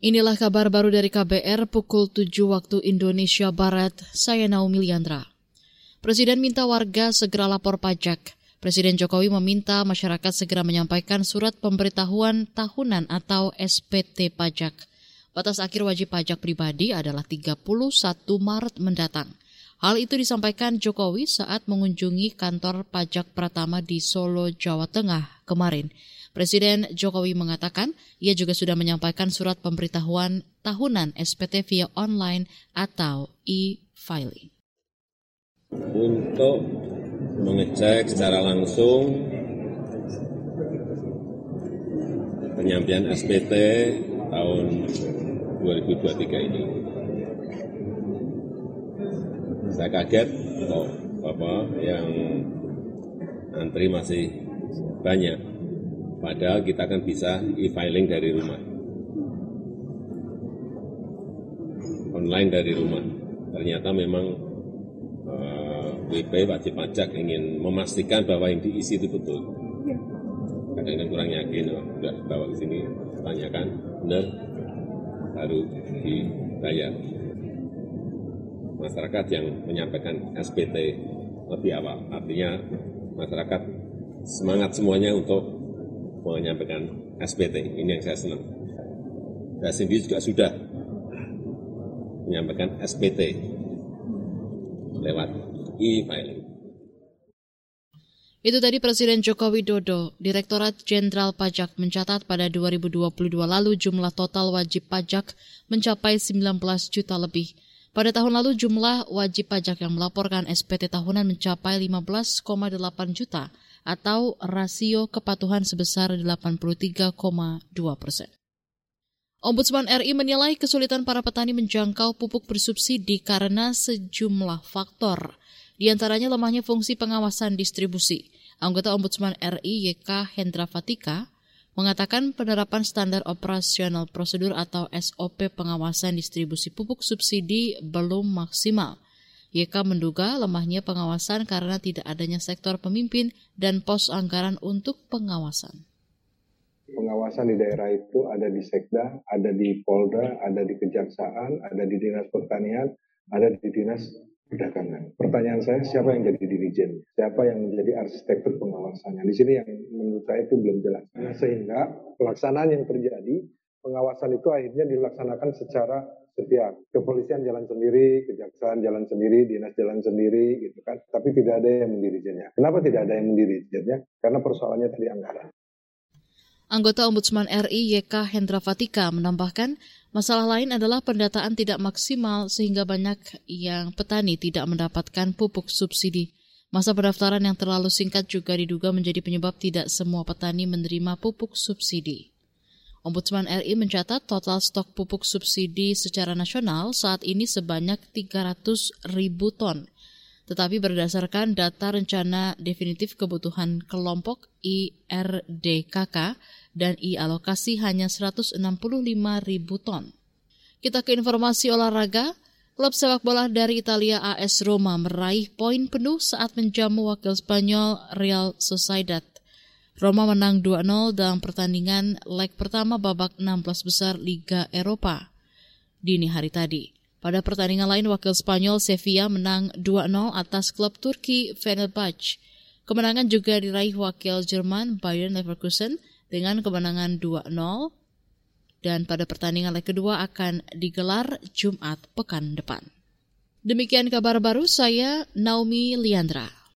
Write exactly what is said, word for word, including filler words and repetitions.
Inilah kabar baru dari K B R pukul tujuh waktu Indonesia Barat, saya Naomi Liandra. Presiden minta warga segera lapor pajak. Presiden Jokowi meminta masyarakat segera menyampaikan surat pemberitahuan tahunan atau S P T pajak. Batas akhir wajib pajak pribadi adalah tiga puluh satu Maret mendatang. Hal itu disampaikan Jokowi saat mengunjungi kantor pajak Pratama di Solo, Jawa Tengah kemarin. Presiden Jokowi mengatakan ia juga sudah menyampaikan surat pemberitahuan tahunan S P T via online atau e-filing. Untuk mengecek secara langsung penyampaian S P T tahun dua ribu dua puluh tiga ini. Saya kaget kok Bapak yang antri masih banyak. Padahal kita kan bisa e-filing dari rumah, online dari rumah. Ternyata memang uh, W P wajib pajak ingin memastikan bahwa yang diisi itu betul. Kadang-kadang kurang yakin, oh, sudah bawa ke sini, tanyakan, benar, baru dibayar. Masyarakat yang menyampaikan S P T lebih awal, artinya masyarakat semangat semuanya untuk menyampaikan S P T, ini yang saya senang. Saya sendiri juga sudah menyampaikan S P T lewat e-filing. Itu tadi Presiden Joko Widodo. Direktorat Jenderal Pajak mencatat pada dua ribu dua puluh dua lalu jumlah total wajib pajak mencapai sembilan belas juta lebih. Pada tahun lalu jumlah wajib pajak yang melaporkan S P T tahunan mencapai lima belas koma delapan juta atau rasio kepatuhan sebesar delapan puluh tiga koma dua persen. Ombudsman R I menilai kesulitan para petani menjangkau pupuk bersubsidi karena sejumlah faktor, di antaranya lemahnya fungsi pengawasan distribusi. Anggota Ombudsman R I Y K Hendra Fatika mengatakan penerapan standar operasional prosedur atau S O P pengawasan distribusi pupuk subsidi belum maksimal. Y K menduga lemahnya pengawasan karena tidak adanya sektor pemimpin dan pos anggaran untuk pengawasan. Pengawasan di daerah itu ada di Sekda, ada di Polda, ada di Kejaksaan, ada di Dinas Pertanian, ada di Dinas Perdagangan. Pertanyaan saya, siapa yang jadi dirijen? Siapa yang menjadi arsitektur pengawasannya? Di sini yang menurut saya itu belum jelas. Nah, sehingga pelaksanaan yang terjadi, pengawasan itu akhirnya dilaksanakan secara setiap. Kepolisian jalan sendiri, kejaksaan jalan sendiri, dinas jalan sendiri, gitu kan. Tapi tidak ada yang mendirijennya. Kenapa tidak ada yang mendirijennya? Karena persoalannya tadi anggaran. Anggota Ombudsman R I Y K Hendra Fatika menambahkan, masalah lain adalah pendataan tidak maksimal sehingga banyak yang petani tidak mendapatkan pupuk subsidi. Masa pendaftaran yang terlalu singkat juga diduga menjadi penyebab tidak semua petani menerima pupuk subsidi. Ombudsman R I mencatat total stok pupuk subsidi secara nasional saat ini sebanyak tiga ratus ribu ton. Tetapi berdasarkan data rencana definitif kebutuhan kelompok I R D K K dan I-alokasi hanya seratus enam puluh lima ribu ton. Kita ke informasi olahraga. Klub sepak bola dari Italia A S Roma meraih poin penuh saat menjamu wakil Spanyol Real Sociedad. Roma menang dua nol dalam pertandingan leg pertama babak enam belas besar Liga Eropa dini hari tadi. Pada pertandingan lain, wakil Spanyol Sevilla menang dua nol atas klub Turki Fenerbahce. Kemenangan juga diraih wakil Jerman Bayern Leverkusen dengan kemenangan dua nol. Dan pada pertandingan leg kedua akan digelar Jumat pekan depan. Demikian kabar baru, saya Naomi Liandra.